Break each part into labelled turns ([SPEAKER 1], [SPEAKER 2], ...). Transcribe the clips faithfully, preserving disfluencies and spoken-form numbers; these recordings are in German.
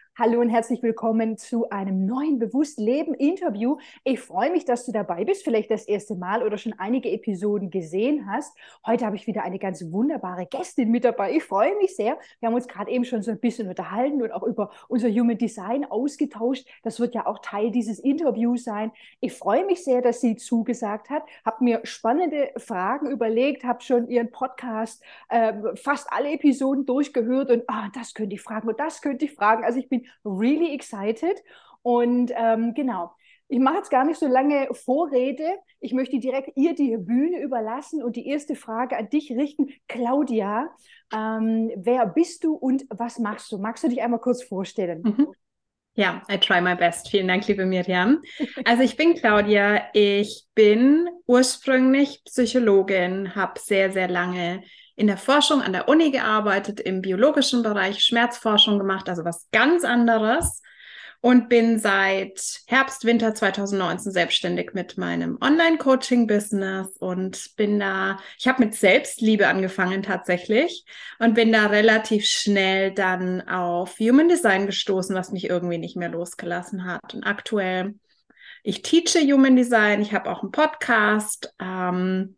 [SPEAKER 1] Hallo und herzlich willkommen zu einem neuen Bewusst-Leben-Interview. Ich freue mich, dass du dabei bist, vielleicht das erste Mal oder schon einige Episoden gesehen hast. Heute habe ich wieder eine ganz wunderbare Gästin mit dabei. Ich freue mich sehr. Wir haben uns gerade eben schon so ein bisschen unterhalten und auch über unser Human Design ausgetauscht. Das wird ja auch Teil dieses Interviews sein. Ich freue mich sehr, dass sie zugesagt hat, habe mir spannende Fragen überlegt, habe schon ihren Podcast, äh, fast alle Episoden durchgehört und ah, das könnte ich fragen und das könnte ich fragen. Also ich bin really excited. Und ähm, genau, ich mache jetzt gar nicht so lange Vorrede. Ich möchte direkt ihr die Bühne überlassen und die erste Frage an dich richten. Claudia, ähm, wer bist du und was machst du? Magst du dich einmal kurz vorstellen?
[SPEAKER 2] Mhm. Ja, I try my best. Vielen Dank, liebe Miriam. Also ich bin Claudia. Ich bin ursprünglich Psychologin, habe sehr, sehr lange in der Forschung an der Uni gearbeitet, im biologischen Bereich Schmerzforschung gemacht, also was ganz anderes. Und bin seit Herbst, Winter zwanzig neunzehn selbstständig mit meinem Online-Coaching-Business und bin da, ich habe mit Selbstliebe angefangen tatsächlich und bin da relativ schnell dann auf Human Design gestoßen, was mich irgendwie nicht mehr losgelassen hat. Und aktuell, ich teache Human Design, ich habe auch einen Podcast, ähm,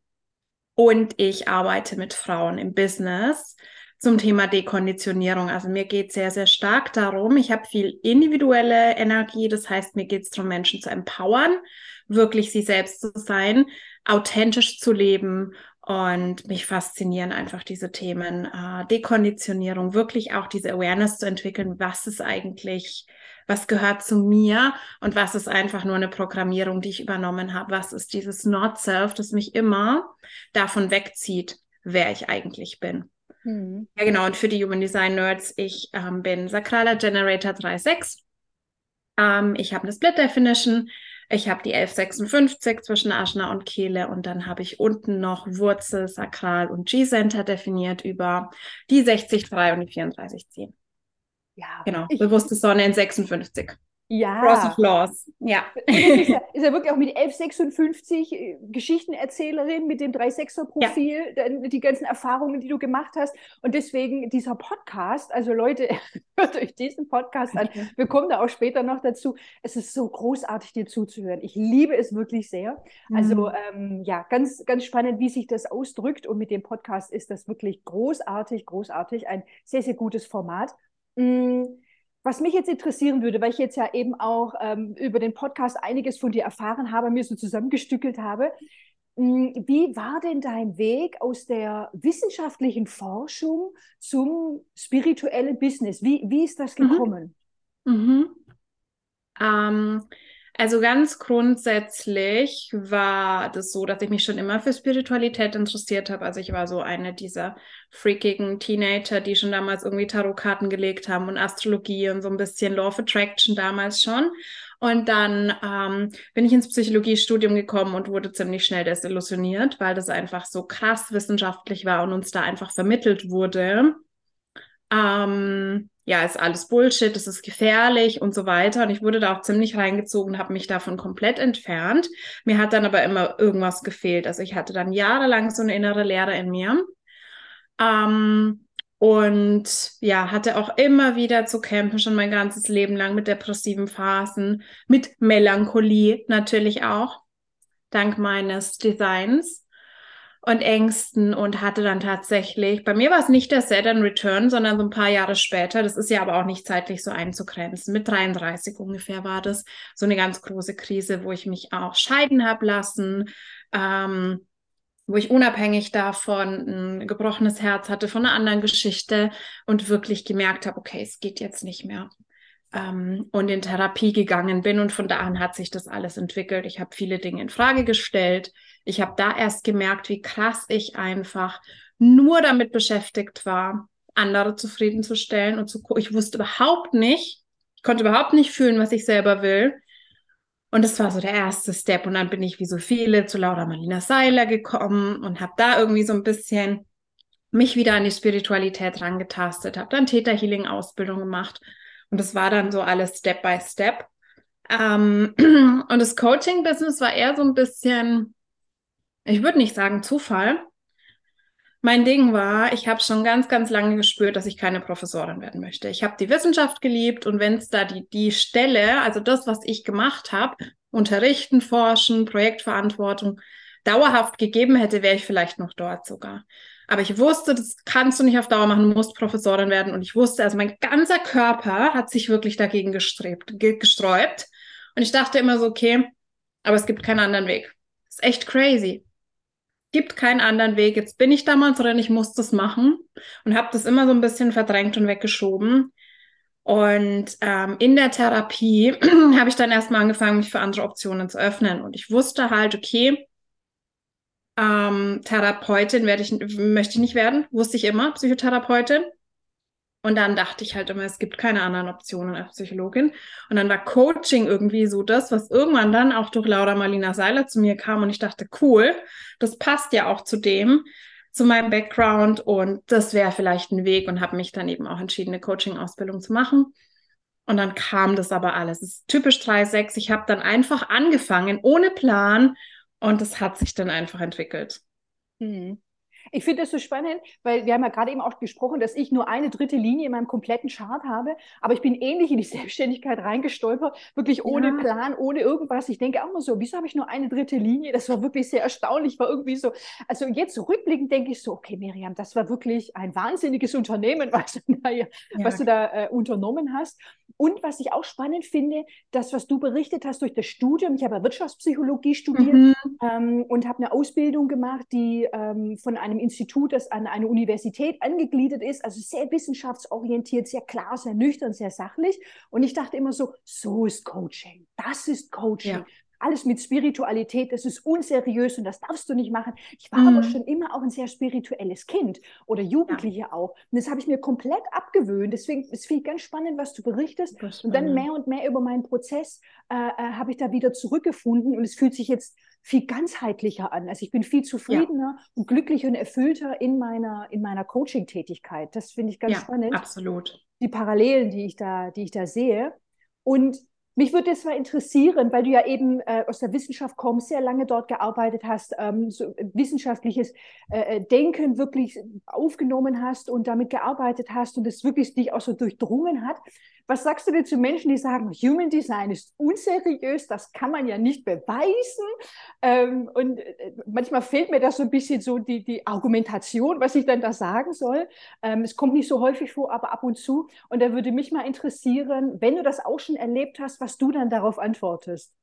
[SPEAKER 2] und ich arbeite mit Frauen im Business zum Thema Dekonditionierung. Also mir geht es sehr, sehr stark darum. Ich habe viel individuelle Energie. Das heißt, mir geht es darum, Menschen zu empowern, wirklich sie selbst zu sein, authentisch zu leben. Und mich faszinieren einfach diese Themen, äh, Dekonditionierung, wirklich auch diese Awareness zu entwickeln, was ist eigentlich, was gehört zu mir und was ist einfach nur eine Programmierung, die ich übernommen habe. Was ist dieses Not-Self, das mich immer davon wegzieht, wer ich eigentlich bin.
[SPEAKER 1] Hm.
[SPEAKER 2] Ja, genau. Und für die Human Design Nerds, ich ähm, bin Sakraler Generator drei sechs. Ähm, ich habe eine Split Definition. Ich habe die elf sechsundfünfzig zwischen Ajna und Kehle und dann habe ich unten noch Wurzel, Sakral und G-Center definiert über die sechzig drei und die vierunddreißig zehn.
[SPEAKER 1] Ja,
[SPEAKER 2] Genau,
[SPEAKER 1] ich,
[SPEAKER 2] bewusste Sonne in sechsundfünfzig. Cross of
[SPEAKER 1] ja.
[SPEAKER 2] Laws, ja.
[SPEAKER 1] Und es ist ja, ist ja wirklich auch mit elf sechsundfünfzig äh, Geschichtenerzählerin mit dem drei sechser
[SPEAKER 2] Ja.
[SPEAKER 1] Profil, dann die ganzen Erfahrungen, die du gemacht hast. Und deswegen dieser Podcast, also Leute, hört euch diesen Podcast an.
[SPEAKER 2] Okay.
[SPEAKER 1] Wir kommen da auch später noch dazu. Es ist so großartig, dir zuzuhören. Ich liebe es wirklich sehr. Also
[SPEAKER 2] Hm.
[SPEAKER 1] ähm, ja, ganz, ganz spannend, wie sich das ausdrückt. Und mit dem Podcast ist das wirklich großartig, großartig. Ein sehr, sehr gutes Format. Mm. Was mich jetzt interessieren würde, weil ich jetzt ja eben auch ähm, über den Podcast einiges von dir erfahren habe, mir so zusammengestückelt habe, mh, wie war denn dein Weg aus der wissenschaftlichen Forschung zum spirituellen Business? Wie, wie ist das
[SPEAKER 2] Mhm.
[SPEAKER 1] gekommen?
[SPEAKER 2] Mhm. Ähm, also ganz grundsätzlich war das so, dass ich mich schon immer für Spiritualität interessiert habe. Also ich war so eine dieser freakigen Teenager, die schon damals irgendwie Tarotkarten gelegt haben und Astrologie und so ein bisschen Law of Attraction damals schon. Und dann ähm, bin ich ins Psychologiestudium gekommen und wurde ziemlich schnell desillusioniert, weil das einfach so krass wissenschaftlich war und uns da einfach vermittelt wurde. Ähm, ja, ist alles Bullshit, es ist gefährlich und so weiter. Und ich wurde da auch ziemlich reingezogen, habe mich davon komplett entfernt. Mir hat dann aber immer irgendwas gefehlt. Also ich hatte dann jahrelang so eine innere Leere in mir. Ähm, und ja, hatte auch immer wieder zu kämpfen, schon mein ganzes Leben lang mit depressiven Phasen, mit Melancholie natürlich auch, dank meines Designs und Ängsten und hatte dann tatsächlich, bei mir war es nicht der Saturn Return, sondern so ein paar Jahre später, das ist ja aber auch nicht zeitlich so einzugrenzen, mit dreiunddreißig ungefähr war das so eine ganz große Krise, wo ich mich auch scheiden habe lassen, ähm, wo ich unabhängig davon ein gebrochenes Herz hatte von einer anderen Geschichte und wirklich gemerkt habe, okay, es geht jetzt nicht mehr. Ähm, und in Therapie gegangen bin und von da an hat sich das alles entwickelt. Ich habe viele Dinge in Frage gestellt. Ich habe da erst gemerkt, wie krass ich einfach nur damit beschäftigt war, andere zufriedenzustellen und zu gucken. Ich wusste überhaupt nicht, ich konnte überhaupt nicht fühlen, was ich selber will. Und das war so der erste Step. Und dann bin ich wie so viele zu Laura Marlina Seiler gekommen und habe da irgendwie so ein bisschen mich wieder an die Spiritualität rangetastet, habe dann Theta Healing Ausbildung gemacht und das war dann so alles Step by Step. Ähm, und das Coaching Business war eher so ein bisschen, ich würde nicht sagen Zufall, Mein Ding war, ich habe schon ganz, ganz lange gespürt, dass ich keine Professorin werden möchte. Ich habe die Wissenschaft geliebt und wenn es da die, die Stelle, also das, was ich gemacht habe, Unterrichten, Forschen, Projektverantwortung, dauerhaft gegeben hätte, wäre ich vielleicht noch dort sogar. Aber ich wusste, das kannst du nicht auf Dauer machen, du musst Professorin werden. Und ich wusste, also mein ganzer Körper hat sich wirklich dagegen gestrebt, ge gesträubt. Und ich dachte immer so, okay, aber es gibt keinen anderen Weg. Das ist echt crazy. Gibt keinen anderen Weg. Jetzt bin ich damals drin, ich muss das machen und habe das immer so ein bisschen verdrängt und weggeschoben. Und ähm, in der Therapie habe ich dann erstmal angefangen, mich für andere Optionen zu öffnen. Und ich wusste halt, okay, ähm, Therapeutin werde ich, möchte ich nicht werden, wusste ich immer, Psychotherapeutin. Und dann dachte ich halt immer, es gibt keine anderen Optionen als Psychologin. Und dann war Coaching irgendwie so das, was irgendwann dann auch durch Laura Marlina Seiler zu mir kam. Und ich dachte, cool, das passt ja auch zu dem, zu meinem Background. Und das wäre vielleicht ein Weg und habe mich dann eben auch entschieden, eine Coaching-Ausbildung zu machen. Und dann kam das aber alles. Es ist typisch drei sechs. Ich habe dann einfach angefangen, ohne Plan. Und das hat sich dann einfach entwickelt.
[SPEAKER 1] Mhm. Ich finde das so spannend, weil wir haben ja gerade eben auch gesprochen, dass ich nur eine dritte Linie in meinem kompletten Chart habe, aber ich bin ähnlich in die Selbstständigkeit reingestolpert, wirklich ohne
[SPEAKER 2] Ja,
[SPEAKER 1] Plan, ohne irgendwas. Ich denke auch mal so, wieso habe ich nur eine dritte Linie? Das war wirklich sehr erstaunlich, war irgendwie so, also jetzt rückblickend denke ich so, okay, Miriam, das war wirklich ein wahnsinniges Unternehmen, was du da, was
[SPEAKER 2] ja.
[SPEAKER 1] du da äh, unternommen hast. Und was ich auch spannend finde, das, was du berichtet hast durch das Studium, ich habe ja Wirtschaftspsychologie studiert,
[SPEAKER 2] Mhm.
[SPEAKER 1] ähm, und habe eine Ausbildung gemacht, die ähm, von einem Institut, das an eine Universität angegliedert ist, also sehr wissenschaftsorientiert, sehr klar, sehr nüchtern, sehr sachlich. Und ich dachte immer so, so ist Coaching, das ist Coaching.
[SPEAKER 2] Ja.
[SPEAKER 1] Alles mit Spiritualität, das ist unseriös und das darfst du nicht machen. Ich war aber
[SPEAKER 2] Mhm.
[SPEAKER 1] schon immer auch ein sehr spirituelles Kind oder
[SPEAKER 2] Ja,
[SPEAKER 1] Jugendliche auch. Und das habe ich mir komplett abgewöhnt. Deswegen ist es ganz spannend, was du berichtest.
[SPEAKER 2] super
[SPEAKER 1] Und dann
[SPEAKER 2] spannend.
[SPEAKER 1] mehr und mehr über meinen Prozess äh, äh, habe ich da wieder zurückgefunden und es fühlt sich jetzt viel ganzheitlicher an. Also ich bin viel
[SPEAKER 2] Ja,
[SPEAKER 1] zufriedener und glücklicher und erfüllter in meiner, in meiner Coaching-Tätigkeit. Das finde ich ganz
[SPEAKER 2] ja,
[SPEAKER 1] spannend,
[SPEAKER 2] absolut.
[SPEAKER 1] die Parallelen, die ich da, die ich da sehe. Und mich würde jetzt mal interessieren, weil du ja eben äh, aus der Wissenschaft kommst, sehr lange dort gearbeitet hast, ähm, so wissenschaftliches äh, äh, Denken wirklich aufgenommen hast und damit gearbeitet hast und es wirklich dich auch so durchdrungen hat. Was sagst du denn zu Menschen, die sagen, Human Design ist unseriös, das kann man ja nicht beweisen? Ähm, und äh, manchmal fehlt mir das so ein bisschen so die, die Argumentation, was ich dann da sagen soll. Ähm, es kommt nicht so häufig vor, aber ab und zu. Und da würde mich mal interessieren, wenn du das auch schon erlebt hast, was du dann darauf antwortest.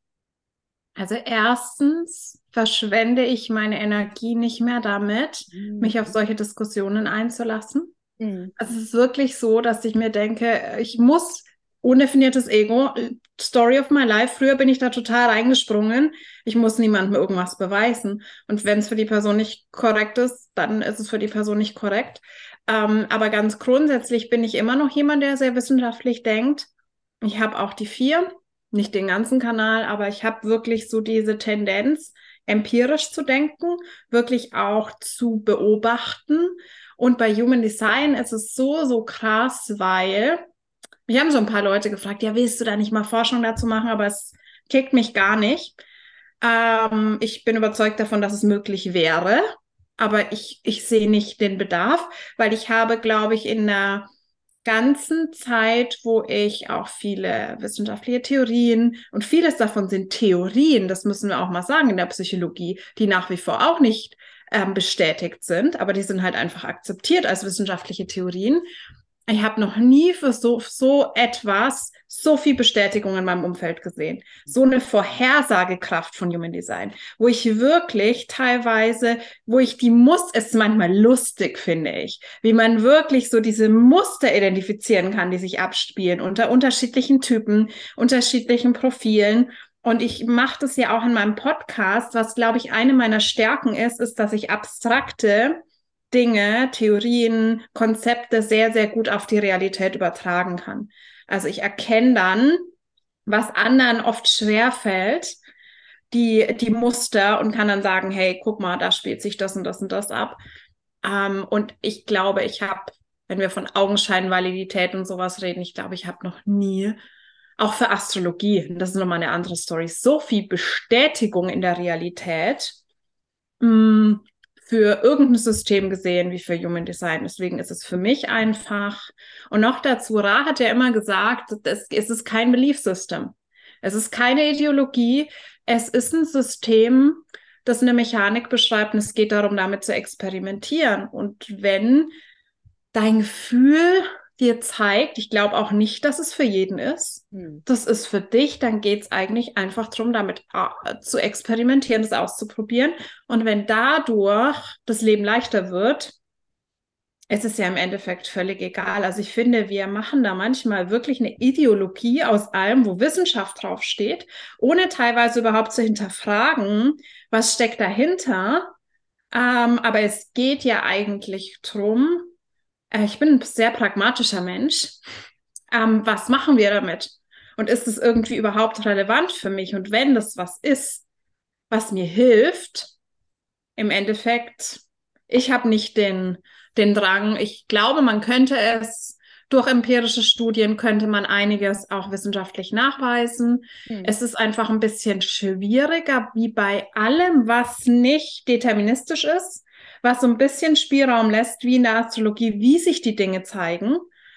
[SPEAKER 2] Also erstens verschwende ich meine Energie nicht mehr damit,
[SPEAKER 1] Mhm.
[SPEAKER 2] mich auf solche Diskussionen einzulassen.
[SPEAKER 1] Mhm.
[SPEAKER 2] Also es ist wirklich so, dass ich mir denke, ich muss undefiniertes Ego, Story of my life. Früher bin ich da total reingesprungen. Ich muss niemandem irgendwas beweisen. Und wenn es für die Person nicht korrekt ist, dann ist es für die Person nicht korrekt. Ähm, aber ganz grundsätzlich bin ich immer noch jemand, der sehr wissenschaftlich denkt. Ich habe auch die vier, nicht den ganzen Kanal, aber ich habe wirklich so diese Tendenz, empirisch zu denken, wirklich auch zu beobachten. Und bei Human Design ist es so, so krass, weil mich haben so ein paar Leute gefragt, ja, willst du da nicht mal Forschung dazu machen? Aber es kickt mich gar nicht. Ähm, ich bin überzeugt davon, dass es möglich wäre, aber ich, ich sehe nicht den Bedarf, weil ich habe, glaube ich, in der ganzen Zeit, wo ich auch viele wissenschaftliche Theorien und vieles davon sind Theorien, das müssen wir auch mal sagen in der Psychologie, die nach wie vor auch nicht ähm, bestätigt sind, aber die sind halt einfach akzeptiert als wissenschaftliche Theorien. Ich habe noch nie für so, so etwas so viel Bestätigung in meinem Umfeld gesehen. So eine Vorhersagekraft von Human Design, wo ich wirklich teilweise, wo ich die Muster, es ist manchmal lustig, finde ich, wie man wirklich so diese Muster identifizieren kann, die sich abspielen unter unterschiedlichen Typen, unterschiedlichen Profilen. Und ich mache das ja auch in meinem Podcast, was, glaube ich, eine meiner Stärken ist, ist, dass ich abstrakte Dinge, Theorien, Konzepte sehr, sehr gut auf die Realität übertragen kann. Also ich erkenne dann, was anderen oft schwer fällt, die, die Muster und kann dann sagen, hey, guck mal, da spielt sich das und das und das ab. Ähm, und ich glaube, ich habe, wenn wir von Augenscheinvalidität und sowas reden, ich glaube, ich habe noch nie, auch für Astrologie, das ist nochmal eine andere Story, so viel Bestätigung in der Realität, mh, für irgendein System gesehen wie für Human Design. Deswegen ist es für mich einfach. Und noch dazu, Ra hat ja immer gesagt, es, es ist kein Belief System. Es ist keine Ideologie. Es ist ein System, das eine Mechanik beschreibt und es geht darum, damit zu experimentieren. Und wenn dein Gefühl dir zeigt, ich glaube auch nicht, dass es für jeden ist, hm. das ist für dich, dann geht es eigentlich einfach darum, damit äh, zu experimentieren, das auszuprobieren. Und wenn dadurch das Leben leichter wird, es ist ja im Endeffekt völlig egal. Also ich finde, wir machen da manchmal wirklich eine Ideologie aus allem, wo Wissenschaft draufsteht, ohne teilweise überhaupt zu hinterfragen, was steckt dahinter. Ähm, aber es geht ja eigentlich drum, äh, ich bin ein sehr pragmatischer Mensch. Ähm, was machen wir damit? Und ist es irgendwie überhaupt relevant für mich? Und wenn das was ist, was mir hilft, im Endeffekt, ich habe nicht den, den Drang. Ich glaube, man könnte es, durch empirische Studien könnte man einiges auch wissenschaftlich nachweisen. Hm. Es ist einfach ein bisschen schwieriger, wie bei allem, was nicht deterministisch ist, was so ein bisschen Spielraum lässt, wie in der Astrologie, wie sich die Dinge zeigen.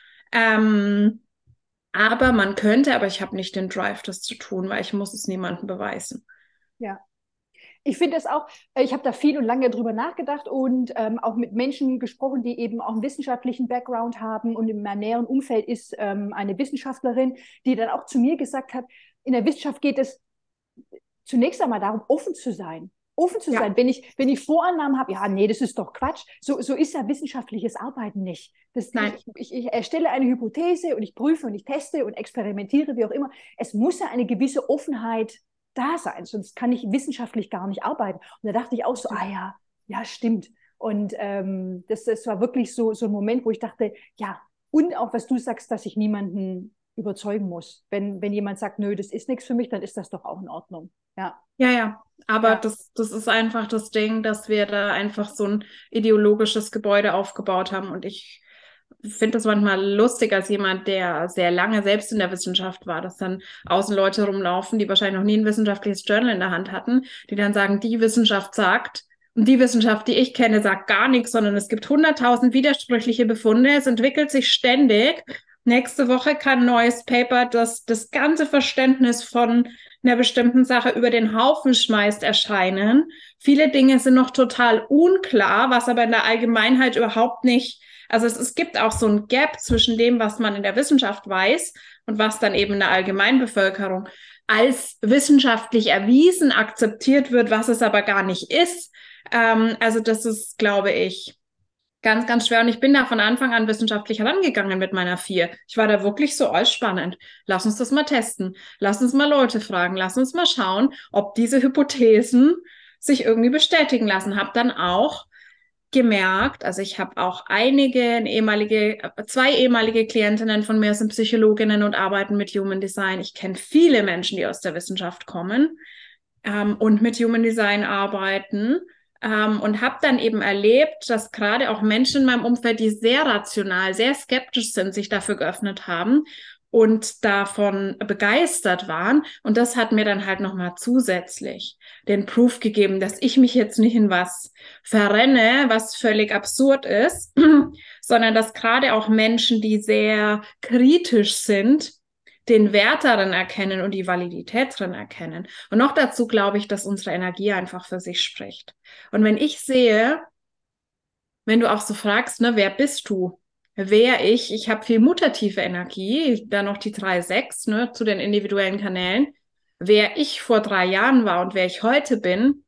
[SPEAKER 2] Ähm, aber man könnte, aber ich habe nicht den Drive, das zu tun, weil ich muss es niemandem beweisen.
[SPEAKER 1] Ja. Ich finde es auch, ich habe da viel und lange drüber nachgedacht und ähm, auch mit Menschen gesprochen, die eben auch einen wissenschaftlichen Background haben, und in meinem näheren Umfeld ist ähm, eine Wissenschaftlerin, die dann auch zu mir gesagt hat, in der Wissenschaft geht es zunächst einmal darum, offen zu sein. Offen zu ja. sein. Wenn ich, wenn ich Vorannahmen habe, ja, nee, das ist doch Quatsch. So, so ist ja wissenschaftliches Arbeiten nicht. Das, Nein. Ich, ich, ich erstelle eine Hypothese und ich prüfe und ich teste und experimentiere, wie auch immer. Es muss ja eine gewisse Offenheit da sein, sonst kann ich wissenschaftlich gar nicht arbeiten. Und da dachte ich auch so, ah ja, ja, stimmt. Und ähm, das, das war wirklich so, so ein Moment, wo ich dachte, ja, und auch was du sagst, dass ich niemanden überzeugen muss. Wenn, wenn jemand sagt, nö, das ist nichts für mich, dann ist das doch auch in Ordnung. Ja,
[SPEAKER 2] ja, ja. Aber ja. Das, das ist einfach das Ding, dass wir da einfach so ein ideologisches Gebäude aufgebaut haben. Und ich finde das manchmal lustig als jemand, der sehr lange selbst in der Wissenschaft war, dass dann außen Leute rumlaufen, die wahrscheinlich noch nie ein wissenschaftliches Journal in der Hand hatten, die dann sagen, die Wissenschaft sagt, und die Wissenschaft, die ich kenne, sagt gar nichts, sondern es gibt hunderttausend widersprüchliche Befunde, es entwickelt sich ständig. Nächste Woche kann ein neues Paper, das das ganze Verständnis von einer bestimmten Sache über den Haufen schmeißt, erscheinen. Viele Dinge sind noch total unklar, was aber in der Allgemeinheit überhaupt nicht. Also es, es gibt auch so ein Gap zwischen dem, was man in der Wissenschaft weiß und was dann eben in der Allgemeinbevölkerung als wissenschaftlich erwiesen akzeptiert wird, was es aber gar nicht ist. Ähm, also das ist, glaube ich, ganz, ganz schwer. Und ich bin da von Anfang an wissenschaftlich herangegangen mit meiner vier. Ich war da wirklich so, alles spannend. Lass uns das mal testen. Lass uns mal Leute fragen. Lass uns mal schauen, ob diese Hypothesen sich irgendwie bestätigen lassen. Hab dann auch gemerkt, also ich habe auch einige ehemalige, zwei ehemalige Klientinnen von mir sind Psychologinnen und arbeiten mit Human Design. Ich kenne viele Menschen, die aus der Wissenschaft kommen ähm, und mit Human Design arbeiten. Um, und habe dann eben erlebt, dass gerade auch Menschen in meinem Umfeld, die sehr rational, sehr skeptisch sind, sich dafür geöffnet haben und davon begeistert waren. Und das hat mir dann halt nochmal zusätzlich den Proof gegeben, dass ich mich jetzt nicht in was verrenne, was völlig absurd ist, sondern dass gerade auch Menschen, die sehr kritisch sind, den Wert darin erkennen und die Validität drin erkennen. Und noch dazu glaube ich, dass unsere Energie einfach für sich spricht. Und wenn ich sehe, wenn du auch so fragst, ne, wer bist du? Wer ich? Ich habe viel mutative Energie, dann noch die drei sechs, ne, zu den individuellen Kanälen. Wer ich vor drei Jahren war und wer ich heute bin,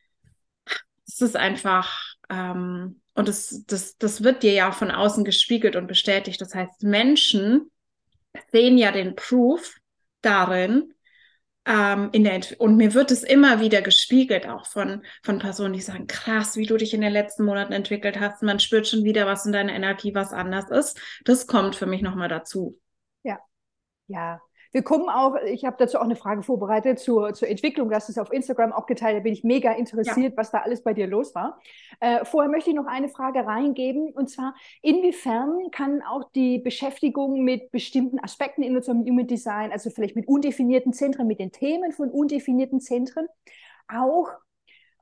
[SPEAKER 2] das ist einfach, ähm, und das, das, das wird dir ja auch von außen gespiegelt und bestätigt. Das heißt, Menschen sehen ja den Proof darin, ähm, in der Ent- und mir wird es immer wieder gespiegelt, auch von, von Personen, die sagen, krass, wie du dich in den letzten Monaten entwickelt hast. Man spürt schon wieder, was in deiner Energie was anders ist. Das kommt für mich nochmal dazu.
[SPEAKER 1] Ja, ja. Wir kommen auch, ich habe dazu auch eine Frage vorbereitet zur, zur Entwicklung, du hast es auf Instagram auch geteilt, da bin ich mega interessiert, ja. was da alles bei dir los war. Äh, vorher möchte ich noch eine Frage reingeben, und zwar, inwiefern kann auch die Beschäftigung mit bestimmten Aspekten in unserem Human Design, also vielleicht mit undefinierten Zentren, mit den Themen von undefinierten Zentren, auch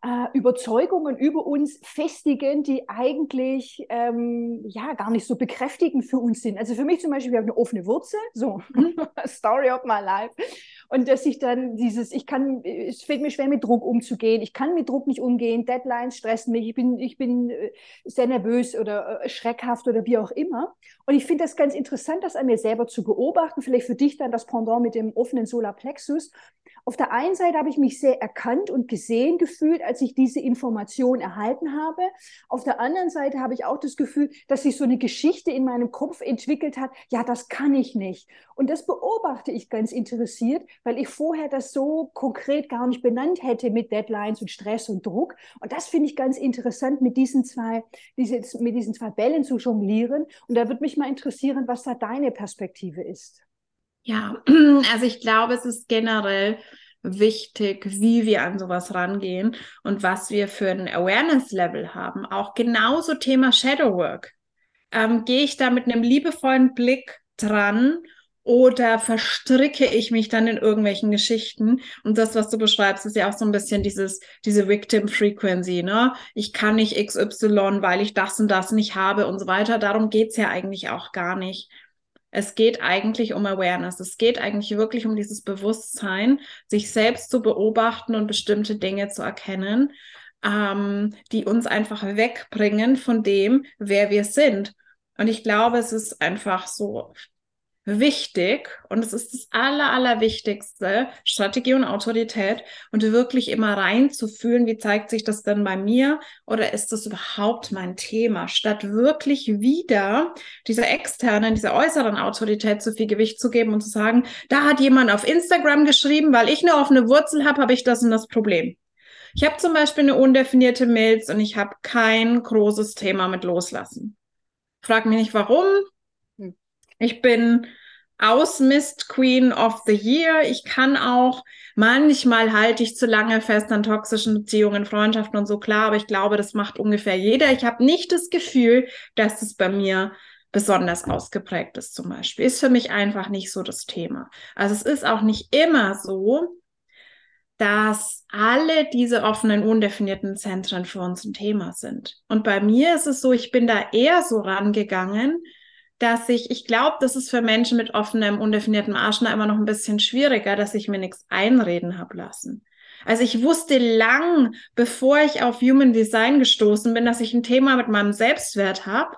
[SPEAKER 1] äh, Überzeugungen über uns festigen, die eigentlich ähm, ja gar nicht so bekräftigend für uns sind. Also für mich zum Beispiel, wir haben eine offene Wurzel, so
[SPEAKER 2] Mhm.
[SPEAKER 1] Story of my life. Und dass ich dann dieses, ich kann, es fällt mir schwer mit Druck umzugehen, ich kann mit Druck nicht umgehen, Deadlines stressen mich, ich bin, ich bin äh, sehr nervös oder äh, schreckhaft oder wie auch immer. Und ich finde das ganz interessant, das an mir selber zu beobachten, vielleicht für dich dann das Pendant mit dem offenen Solarplexus. Auf der einen Seite habe ich mich sehr erkannt und gesehen gefühlt, als ich diese Information erhalten habe. Auf der anderen Seite habe ich auch das Gefühl, dass sich so eine Geschichte in meinem Kopf entwickelt hat, ja, das kann ich nicht. Und das beobachte ich ganz interessiert, weil ich vorher das so konkret gar nicht benannt hätte mit Deadlines und Stress und Druck. Und das finde ich ganz interessant, mit diesen zwei, diese, mit diesen zwei Bällen zu jonglieren. Und da würde mich mal interessieren, was da deine Perspektive ist.
[SPEAKER 2] Ja, also ich glaube, es ist generell wichtig, wie wir an sowas rangehen und was wir für ein Awareness-Level haben. Auch genauso Thema Shadowwork. Ähm, gehe ich da mit einem liebevollen Blick dran oder verstricke ich mich dann in irgendwelchen Geschichten? Und das, was du beschreibst, ist ja auch so ein bisschen dieses, diese Victim Frequency, ne? Ich kann nicht X Y, weil ich das und das nicht habe und so weiter. Darum geht's ja eigentlich auch gar nicht. Es geht eigentlich um Awareness. Es geht eigentlich wirklich um dieses Bewusstsein, sich selbst zu beobachten und bestimmte Dinge zu erkennen, ähm, die uns einfach wegbringen von dem, wer wir sind. Und ich glaube, es ist einfach so wichtig und es ist das aller, allerwichtigste, Strategie und Autorität und wirklich immer reinzufühlen, wie zeigt sich das denn bei mir oder ist das überhaupt mein Thema, statt wirklich wieder dieser externen, dieser äußeren Autorität zu viel Gewicht zu geben und zu sagen, da hat jemand auf Instagram geschrieben, weil ich eine offene Wurzel habe, habe ich das und das Problem. Ich habe zum Beispiel eine undefinierte Milz und ich habe kein großes Thema mit Loslassen. Frag mich nicht, warum.
[SPEAKER 1] Hm.
[SPEAKER 2] Ich bin Ausmist Queen of the Year. Ich kann auch, manchmal halte ich zu lange fest an toxischen Beziehungen, Freundschaften und so, klar, aber ich glaube, das macht ungefähr jeder. Ich habe nicht das Gefühl, dass es bei mir besonders ausgeprägt ist zum Beispiel. Ist für mich einfach nicht so das Thema. Also es ist auch nicht immer so, dass alle diese offenen, undefinierten Zentren für uns ein Thema sind. Und bei mir ist es so, ich bin da eher so rangegangen, dass ich, ich glaube, das ist für Menschen mit offenem, undefiniertem Ajna immer noch ein bisschen schwieriger, dass ich mir nichts einreden habe lassen. Also ich wusste lang, bevor ich auf Human Design gestoßen bin, dass ich ein Thema mit meinem Selbstwert habe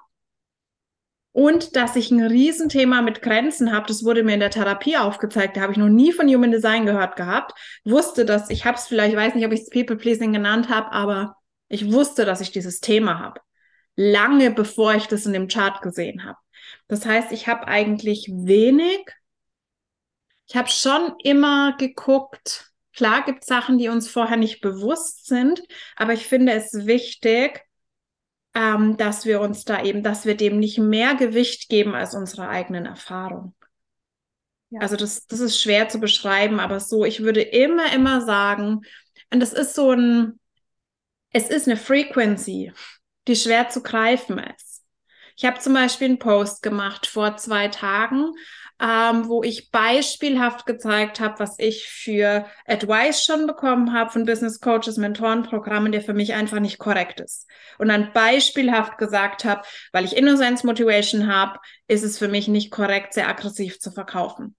[SPEAKER 2] und dass ich ein Riesenthema mit Grenzen habe. Das wurde mir in der Therapie aufgezeigt. Da habe ich noch nie von Human Design gehört gehabt. Wusste, dass ich habe es vielleicht, weiß nicht, ob ich es People-Pleasing genannt habe, aber ich wusste, dass ich dieses Thema habe. Lange bevor ich das in dem Chart gesehen habe. Das heißt, ich habe eigentlich wenig. Ich habe schon immer geguckt. Klar gibt es Sachen, die uns vorher nicht bewusst sind, aber ich finde es wichtig, ähm, dass wir uns da eben, dass wir dem nicht mehr Gewicht geben als unserer eigenen Erfahrung.
[SPEAKER 1] Ja.
[SPEAKER 2] Also das, das ist schwer zu beschreiben, aber so, ich würde immer, immer sagen, und das ist so ein, es ist eine Frequency, die schwer zu greifen ist. Ich habe zum Beispiel einen Post gemacht vor zwei Tagen, ähm, wo ich beispielhaft gezeigt habe, was ich für Advice schon bekommen habe von Business Coaches, Mentorenprogrammen, der für mich einfach nicht korrekt ist. Und dann beispielhaft gesagt habe, weil ich Innocence Motivation habe, ist es für mich nicht korrekt, sehr aggressiv zu verkaufen.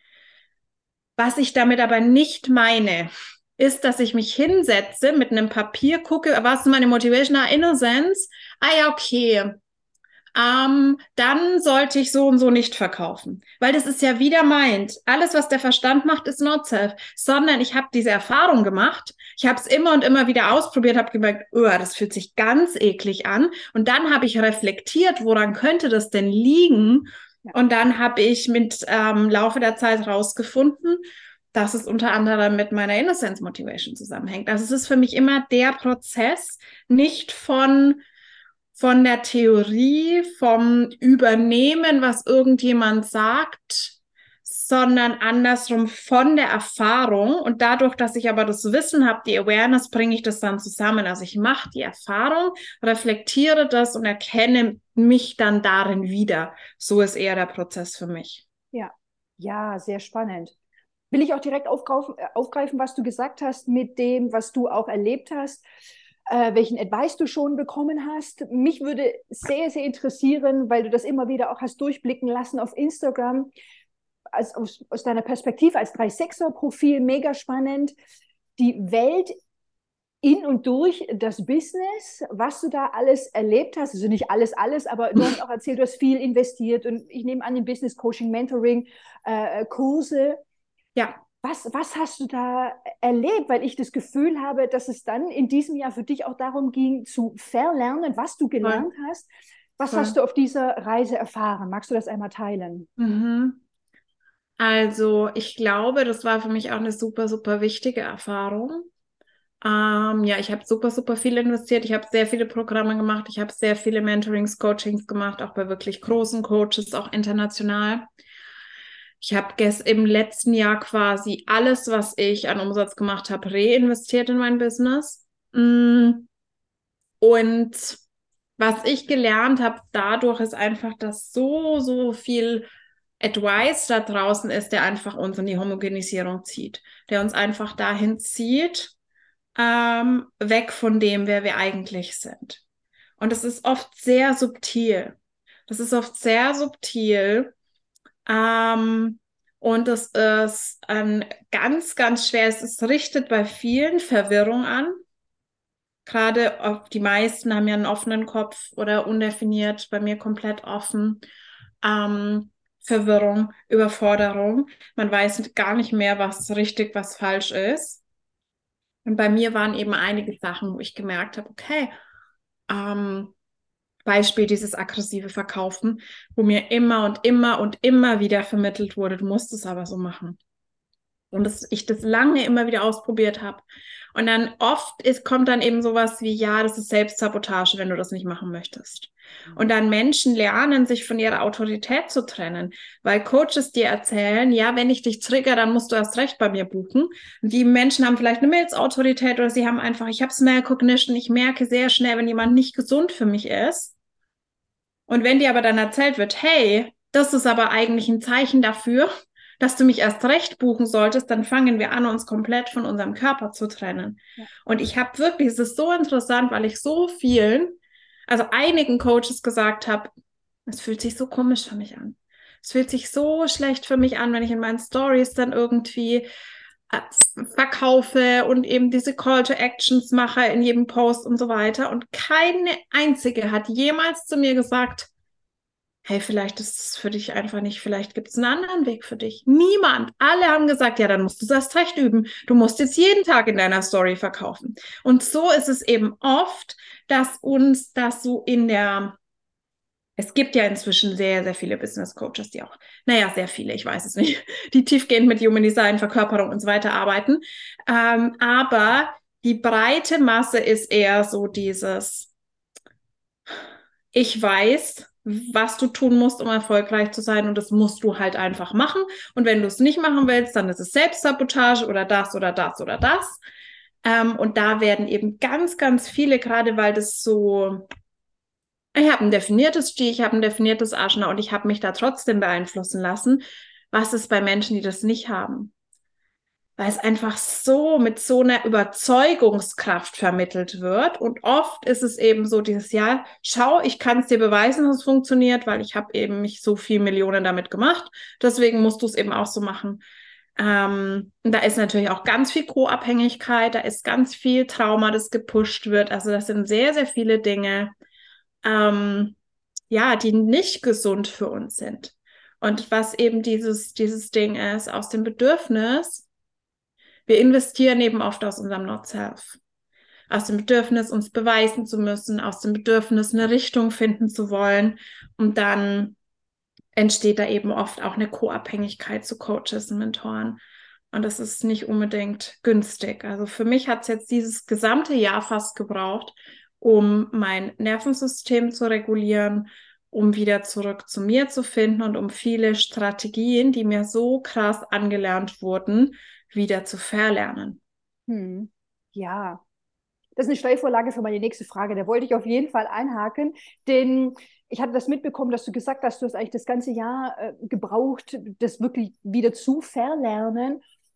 [SPEAKER 2] Was ich damit aber nicht meine, ist, dass ich mich hinsetze, mit einem Papier gucke, was ist meine Motivation? Ah, Innocence. Ah ja, okay. Ähm, dann sollte ich so und so nicht verkaufen. Weil das ist ja wieder meint. Alles, was der Verstand macht, ist not self. Sondern ich habe diese Erfahrung gemacht. Ich habe es immer und immer wieder ausprobiert, habe gemerkt, oh, das fühlt sich ganz eklig an. Und dann habe ich reflektiert, woran könnte das denn liegen?
[SPEAKER 1] Ja.
[SPEAKER 2] Und dann habe ich mit ähm, Laufe der Zeit rausgefunden, dass es unter anderem mit meiner Innocence Motivation zusammenhängt. Also es ist für mich immer der Prozess, nicht von von der Theorie, vom Übernehmen, was irgendjemand sagt, sondern andersrum von der Erfahrung. Und dadurch, dass ich aber das Wissen habe, die Awareness, bringe ich das dann zusammen. Also ich mache die Erfahrung, reflektiere das und erkenne mich dann darin wieder. So ist eher der Prozess für mich.
[SPEAKER 1] Ja, ja, sehr spannend. will ich auch direkt aufgreifen, aufgreifen, was du gesagt hast mit dem, was du auch erlebt hast, äh, welchen Advice du schon bekommen hast. Mich würde sehr, sehr interessieren, weil du das immer wieder auch hast durchblicken lassen auf Instagram, als, aus, aus deiner Perspektive als drei Sechser Profil, mega spannend. Die Welt in und durch das Business, was du da alles erlebt hast, also nicht alles, alles, aber du hast auch erzählt, du hast viel investiert und ich nehme an, im Business Coaching, Mentoring, äh, Kurse.
[SPEAKER 2] Ja.
[SPEAKER 1] Was, was hast du da erlebt? Weil ich das Gefühl habe, dass es dann in diesem Jahr für dich auch darum ging, zu verlernen, was du gelernt
[SPEAKER 2] Voll,
[SPEAKER 1] hast. Was
[SPEAKER 2] voll.
[SPEAKER 1] hast du auf dieser Reise erfahren? Magst du das einmal teilen?
[SPEAKER 2] Mhm. Also ich glaube, das war für mich auch eine super, super wichtige Erfahrung. Ähm, ja, ich habe super, super viel investiert. Ich habe sehr viele Programme gemacht. Ich habe sehr viele Mentorings, Coachings gemacht, auch bei wirklich großen Coaches, auch international. Ich habe im letzten Jahr quasi alles, was ich an Umsatz gemacht habe, reinvestiert in mein Business. Mm. Und was ich gelernt habe dadurch ist einfach, dass so, so viel Advice da draußen ist, der einfach uns in die Homogenisierung zieht, der uns einfach dahin zieht, ähm, weg von dem, wer wir eigentlich sind. Und das ist oft sehr subtil. Das ist oft sehr subtil. Ähm, und es ist ein ganz, ganz schwer. Es ist, richtet bei vielen Verwirrung an. Gerade auf, die meisten haben ja einen offenen Kopf oder undefiniert, bei mir komplett offen. Ähm, Verwirrung, Überforderung. Man weiß gar nicht mehr, was richtig, was falsch ist. Und bei mir waren eben einige Sachen, wo ich gemerkt habe, okay, ähm, Beispiel dieses aggressive Verkaufen, wo mir immer und immer und immer wieder vermittelt wurde, du musst es aber so machen. Und dass ich das lange immer wieder ausprobiert habe. Und dann oft ist, kommt dann eben sowas wie, ja, das ist Selbstsabotage, wenn du das nicht machen möchtest. Und dann Menschen lernen, sich von ihrer Autorität zu trennen, weil Coaches dir erzählen, ja, wenn ich dich trigger, dann musst du erst recht bei mir buchen. Und die Menschen haben vielleicht eine Milzautorität oder sie haben einfach, ich habe Smell Cognition, ich merke sehr schnell, wenn jemand nicht gesund für mich ist. Und wenn dir aber dann erzählt wird, hey, das ist aber eigentlich ein Zeichen dafür, dass du mich erst recht buchen solltest, dann fangen wir an, uns komplett von unserem Körper zu trennen.
[SPEAKER 1] Ja.
[SPEAKER 2] Und ich habe wirklich, es ist so interessant, weil ich so vielen, also einigen Coaches gesagt habe, es fühlt sich so komisch für mich an. Es fühlt sich so schlecht für mich an, wenn ich in meinen Stories dann irgendwie äh, verkaufe und eben diese Call to Actions mache in jedem Post und so weiter. Und keine einzige hat jemals zu mir gesagt, hey, vielleicht ist es für dich einfach nicht, vielleicht gibt es einen anderen Weg für dich. Niemand. Alle haben gesagt, ja, dann musst du das recht üben. Du musst jetzt jeden Tag in deiner Story verkaufen. Und so ist es eben oft, dass uns das so in der, es gibt ja inzwischen sehr, sehr viele Business Coaches, die auch, naja, sehr viele, ich weiß es nicht, die tiefgehend mit Human Design, Verkörperung und so weiter arbeiten. Ähm, aber die breite Masse ist eher so dieses, ich weiß, was du tun musst, um erfolgreich zu sein und das musst du halt einfach machen. Und wenn du es nicht machen willst, dann ist es Selbstsabotage oder das oder das oder das. Ähm, und da werden eben ganz, ganz viele, gerade weil das so, ich habe ein definiertes G, ich habe ein definiertes Ajna und ich habe mich da trotzdem beeinflussen lassen. Was ist bei Menschen, die das nicht haben? Weil es einfach so mit so einer Überzeugungskraft vermittelt wird. Und oft ist es eben so dieses, ja, schau, ich kann es dir beweisen, dass es funktioniert, weil ich habe eben mich so viel Millionen damit gemacht. Deswegen musst du es eben auch so machen. Ähm, da ist natürlich auch ganz viel Co-Abhängigkeit, da ist ganz viel Trauma, das gepusht wird. Also das sind sehr, sehr viele Dinge, ähm, ja, die nicht gesund für uns sind. Und was eben dieses, dieses Ding ist, aus dem Bedürfnis, wir investieren eben oft aus unserem Not-Self. Aus dem Bedürfnis, uns beweisen zu müssen, aus dem Bedürfnis, eine Richtung finden zu wollen. Und dann entsteht da eben oft auch eine Co-Abhängigkeit zu Coaches und Mentoren. Und das ist nicht unbedingt günstig. Also für mich hat es jetzt dieses gesamte Jahr fast gebraucht, um mein Nervensystem zu regulieren, um wieder zurück zu mir zu finden und um viele Strategien, die mir so krass angelernt wurden, wieder zu verlernen.
[SPEAKER 1] Hm. Ja, das ist eine Steilvorlage für meine nächste Frage. Da wollte ich auf jeden Fall einhaken, denn ich hatte das mitbekommen, dass du gesagt hast, du hast eigentlich das ganze Jahr äh, gebraucht, das wirklich wieder zu verlernen.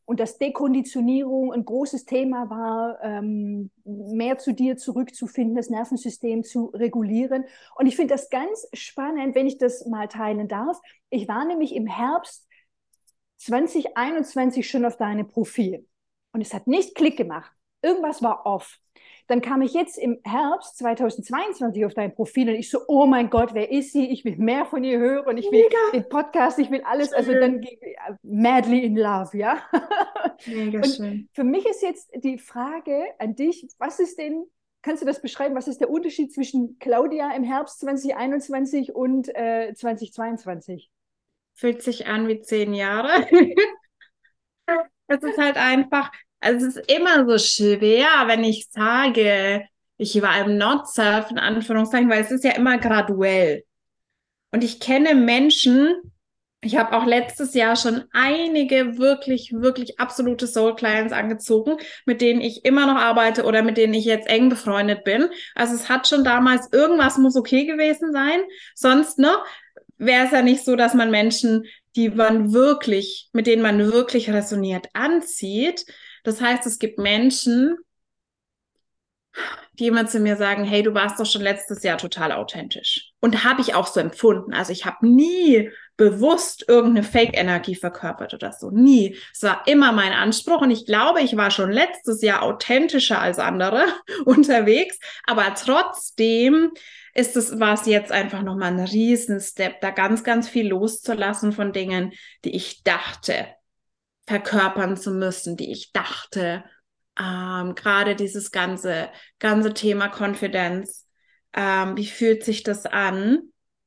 [SPEAKER 1] und dass Dekonditionierung ein großes Thema war, ähm, mehr zu dir zurückzufinden, das Nervensystem zu regulieren. Und ich finde das ganz spannend, wenn ich das mal teilen darf. Ich war nämlich im Herbst zwanzig einundzwanzig schon auf deinem Profil und es hat nicht Klick gemacht. Irgendwas war off. Dann kam ich jetzt im Herbst zweitausendzweiundzwanzig auf dein Profil und ich so, oh mein Gott, wer ist sie? Ich will mehr von ihr hören, ich will
[SPEAKER 2] Mega
[SPEAKER 1] den Podcast, ich will alles. Also
[SPEAKER 2] schön.
[SPEAKER 1] dann madly in love, ja.
[SPEAKER 2] Mega
[SPEAKER 1] Und
[SPEAKER 2] schön.
[SPEAKER 1] für mich ist jetzt die Frage an dich, was ist denn, kannst du das beschreiben, was ist der Unterschied zwischen Claudia im Herbst zwanzig einundzwanzig und äh, zwanzig zweiundzwanzig?
[SPEAKER 2] Fühlt sich an wie zehn Jahre. Es ist halt einfach, also es ist immer so schwer, wenn ich sage, ich war im Not-Self, in Anführungszeichen, weil es ist ja immer graduell. Und ich kenne Menschen, ich habe auch letztes Jahr schon einige wirklich, wirklich absolute Soul-Clients angezogen, mit denen ich immer noch arbeite oder mit denen ich jetzt eng befreundet bin. Also es hat schon damals, irgendwas muss okay gewesen sein. Sonst, ne, wäre es ja nicht so, dass man Menschen, die man wirklich, mit denen man wirklich resoniert, anzieht. Das heißt, es gibt Menschen, die immer zu mir sagen, hey, du warst doch schon letztes Jahr total authentisch. Und habe ich auch so empfunden. Also ich habe nie bewusst irgendeine Fake-Energie verkörpert oder so. Nie. Es war immer mein Anspruch und ich glaube, ich war schon letztes Jahr authentischer als andere unterwegs. Aber trotzdem ist es, war es jetzt einfach nochmal ein Riesen-Step, da ganz, ganz viel loszulassen von Dingen, die ich dachte, verkörpern zu müssen, die ich dachte, ähm, gerade dieses ganze, ganze Thema Confidence. Ähm, wie fühlt sich das an?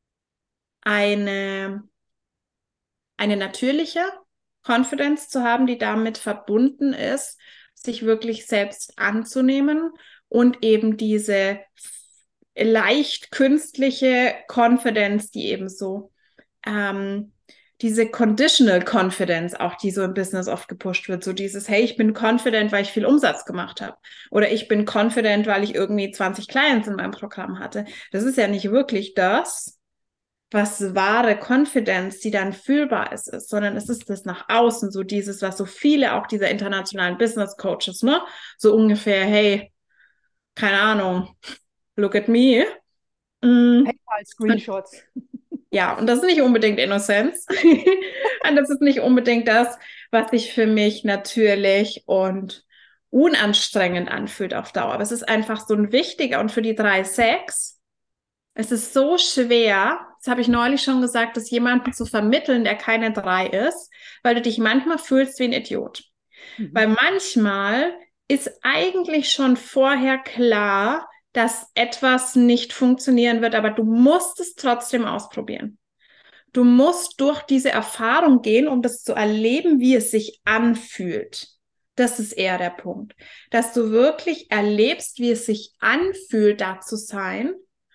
[SPEAKER 2] Eine, eine natürliche Confidence zu haben, die damit verbunden ist, sich wirklich selbst anzunehmen und eben diese leicht künstliche Confidence, die eben so ähm, diese Conditional Confidence, auch die so im Business oft gepusht wird, so dieses, hey, ich bin confident, weil ich viel Umsatz gemacht habe. Oder ich bin confident, weil ich irgendwie zwanzig Clients in meinem Programm hatte. Das ist ja nicht wirklich das, was wahre Confidence, die dann fühlbar ist, ist, sondern es ist das nach außen, so dieses, was so viele auch dieser internationalen Business Coaches, ne, so ungefähr, hey, keine Ahnung, look at me. Mm.
[SPEAKER 1] PayPal-Screenshots.
[SPEAKER 2] Ja, und das ist nicht unbedingt Innozenz. Und das ist nicht unbedingt das, was sich für mich natürlich und unanstrengend anfühlt auf Dauer. Aber es ist einfach so ein wichtiger und für die drei sechs, es ist so schwer, das habe ich neulich schon gesagt, das jemandem zu vermitteln, der keine drei ist, weil du dich manchmal fühlst wie ein Idiot.
[SPEAKER 1] Mhm.
[SPEAKER 2] Weil manchmal ist eigentlich schon vorher klar, dass etwas nicht funktionieren wird, aber du musst es trotzdem ausprobieren. Du musst durch diese Erfahrung gehen, um das zu erleben, wie es sich anfühlt. Das ist eher der Punkt. Dass du wirklich erlebst, wie es sich anfühlt, da zu sein.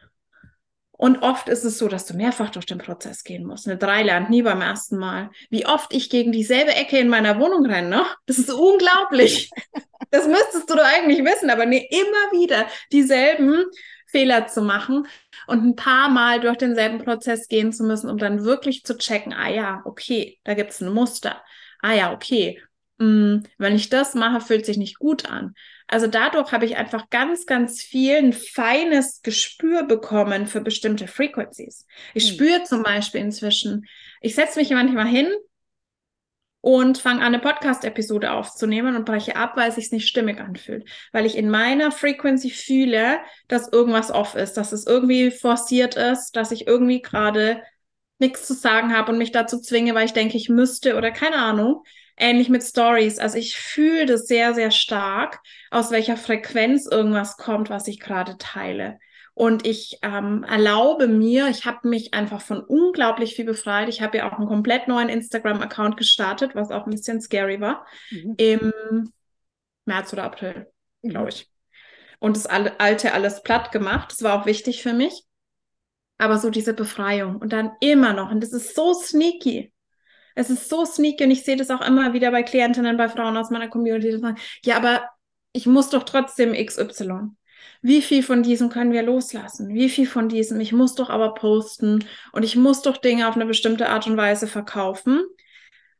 [SPEAKER 2] Und oft ist es so, dass du mehrfach durch den Prozess gehen musst. Eine drei lernt nie beim ersten Mal. Wie oft ich gegen dieselbe Ecke in meiner Wohnung renne, ne? Das ist unglaublich. Das müsstest du doch eigentlich wissen, aber nee, immer wieder dieselben Fehler zu machen und ein paar Mal durch denselben Prozess gehen zu müssen, um dann wirklich zu checken, ah ja, okay, da gibt es ein Muster. Ah ja, okay, hm, wenn ich das mache, fühlt sich nicht gut an. Also dadurch habe ich einfach ganz, ganz viel ein feines Gespür bekommen für bestimmte Frequencies. Ich
[SPEAKER 1] Hm.
[SPEAKER 2] spüre zum Beispiel inzwischen, ich setze mich manchmal hin und fange an, eine Podcast-Episode aufzunehmen und breche ab, weil es sich nicht stimmig anfühlt. Weil ich in meiner Frequency fühle, dass irgendwas off ist, dass es irgendwie forciert ist, dass ich irgendwie gerade nichts zu sagen habe und mich dazu zwinge, weil ich denke, ich müsste oder keine Ahnung. Ähnlich mit Stories. Also ich fühle das sehr, sehr stark, aus welcher Frequenz irgendwas kommt, was ich gerade teile. Und ich ähm, erlaube mir, ich habe mich einfach von unglaublich viel befreit. Ich habe ja auch einen komplett neuen Instagram-Account gestartet, was auch ein bisschen scary war,
[SPEAKER 1] Mhm.
[SPEAKER 2] im März oder April, glaube
[SPEAKER 1] Mhm.
[SPEAKER 2] ich. Und das alte alles platt gemacht. Das war auch wichtig für mich. Aber so diese Befreiung und dann immer noch, und das ist so sneaky. Es ist so sneaky und ich sehe das auch immer wieder bei Klientinnen, bei Frauen aus meiner Community, die sagen, ja, aber ich muss doch trotzdem X Y. Wie viel von diesem können wir loslassen? Wie viel von diesem? Ich muss doch aber posten und ich muss doch Dinge auf eine bestimmte Art und Weise verkaufen.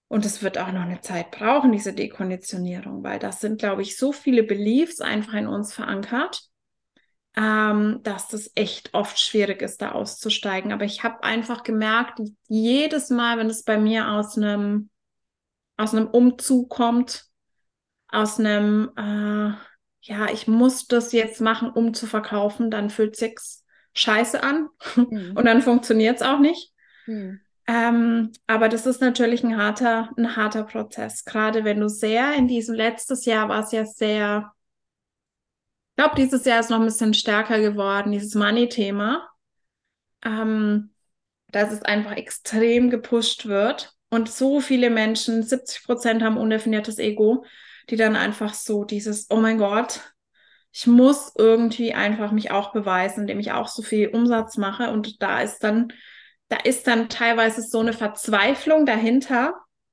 [SPEAKER 2] Und es wird auch noch eine Zeit brauchen, diese Dekonditionierung, weil das sind, glaube ich, so viele Beliefs einfach in uns verankert, ähm, dass das echt oft schwierig ist, da auszusteigen. Aber ich habe einfach gemerkt, jedes Mal, wenn es bei mir aus einem, aus einem Umzug kommt, aus einem, äh, ja, ich muss das jetzt machen, um zu verkaufen, dann fühlt sich's scheiße an
[SPEAKER 1] Mhm.
[SPEAKER 2] und dann funktioniert es auch nicht.
[SPEAKER 1] Mhm.
[SPEAKER 2] Ähm, aber das ist natürlich ein harter, ein harter Prozess. Gerade wenn du sehr in diesem letztes Jahr war es ja sehr, ich glaube, dieses Jahr ist noch ein bisschen stärker geworden, dieses Money-Thema, ähm, dass es einfach extrem gepusht wird und so viele Menschen, siebzig Prozent haben undefiniertes Ego, die dann einfach so dieses, oh mein Gott, ich muss irgendwie einfach mich auch beweisen, indem ich auch so viel Umsatz mache. Und da ist dann, da ist dann teilweise so eine Verzweiflung dahinter,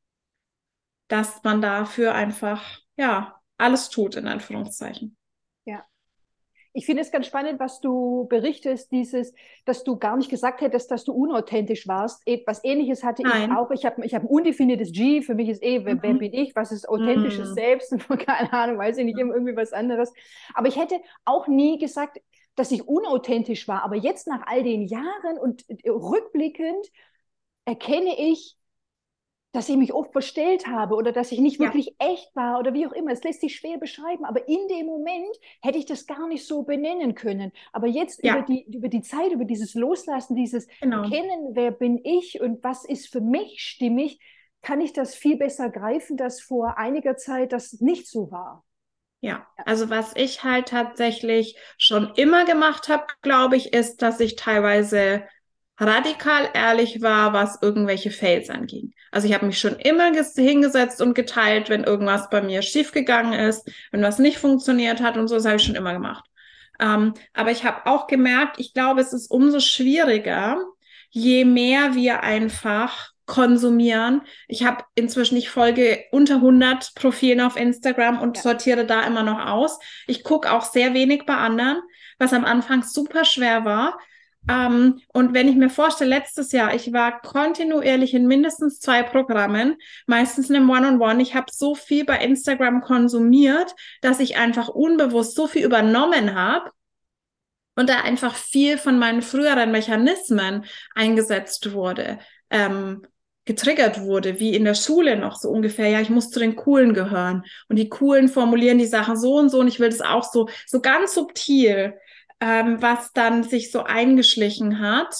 [SPEAKER 2] dass man dafür einfach, ja, alles tut, in Anführungszeichen.
[SPEAKER 1] Ja. Ich finde es ganz spannend, was du berichtest, dieses, dass du gar nicht gesagt hättest, dass du unauthentisch warst. Was Ähnliches hatte ich
[SPEAKER 2] Nein.
[SPEAKER 1] auch. Ich habe ich hab ein undefiniertes G. Für mich ist eh, wer, wer
[SPEAKER 2] Mhm.
[SPEAKER 1] bin ich? Was ist authentisches
[SPEAKER 2] Mhm.
[SPEAKER 1] Selbst? Keine Ahnung, weiß ich nicht, irgendwie was anderes. Aber ich hätte auch nie gesagt, dass ich unauthentisch war. Aber jetzt nach all den Jahren und rückblickend erkenne ich, dass ich mich oft verstellt habe oder dass ich nicht
[SPEAKER 2] Ja,
[SPEAKER 1] wirklich echt war oder wie auch immer. Es lässt sich schwer beschreiben, aber in dem Moment hätte ich das gar nicht so benennen können. Aber jetzt über
[SPEAKER 2] ja,
[SPEAKER 1] die, über die Zeit, über dieses Loslassen, dieses
[SPEAKER 2] genau.
[SPEAKER 1] Erkennen, wer bin ich und was ist für mich stimmig, kann ich das viel besser greifen, dass vor einiger Zeit das nicht so war.
[SPEAKER 2] Ja,
[SPEAKER 1] Ja.
[SPEAKER 2] also was ich halt tatsächlich schon immer gemacht habe, glaube ich, ist, dass ich teilweise radikal ehrlich war, was irgendwelche Fails anging. Also ich habe mich schon immer hingesetzt und geteilt, wenn irgendwas bei mir schiefgegangen ist, wenn was nicht funktioniert hat und so, das habe ich schon immer gemacht. Ähm, aber ich habe auch gemerkt, ich glaube, es ist umso schwieriger, je mehr wir einfach konsumieren. Ich habe inzwischen, ich folge unter hundert Profilen auf Instagram und
[SPEAKER 1] Ja.
[SPEAKER 2] sortiere da immer noch aus. Ich gucke auch sehr wenig bei anderen, was am Anfang super schwer war. Ähm, und wenn ich mir vorstelle, letztes Jahr, ich war kontinuierlich in mindestens zwei Programmen, meistens in einem One-on-One. Ich habe so viel bei Instagram konsumiert, dass ich einfach unbewusst so viel übernommen habe und da einfach viel von meinen früheren Mechanismen eingesetzt wurde, ähm, getriggert wurde, wie in der Schule noch so ungefähr, ja, ich muss zu den Coolen gehören und die Coolen formulieren die Sachen so und so und ich will das auch so, so ganz subtil, ähm, was dann sich so eingeschlichen hat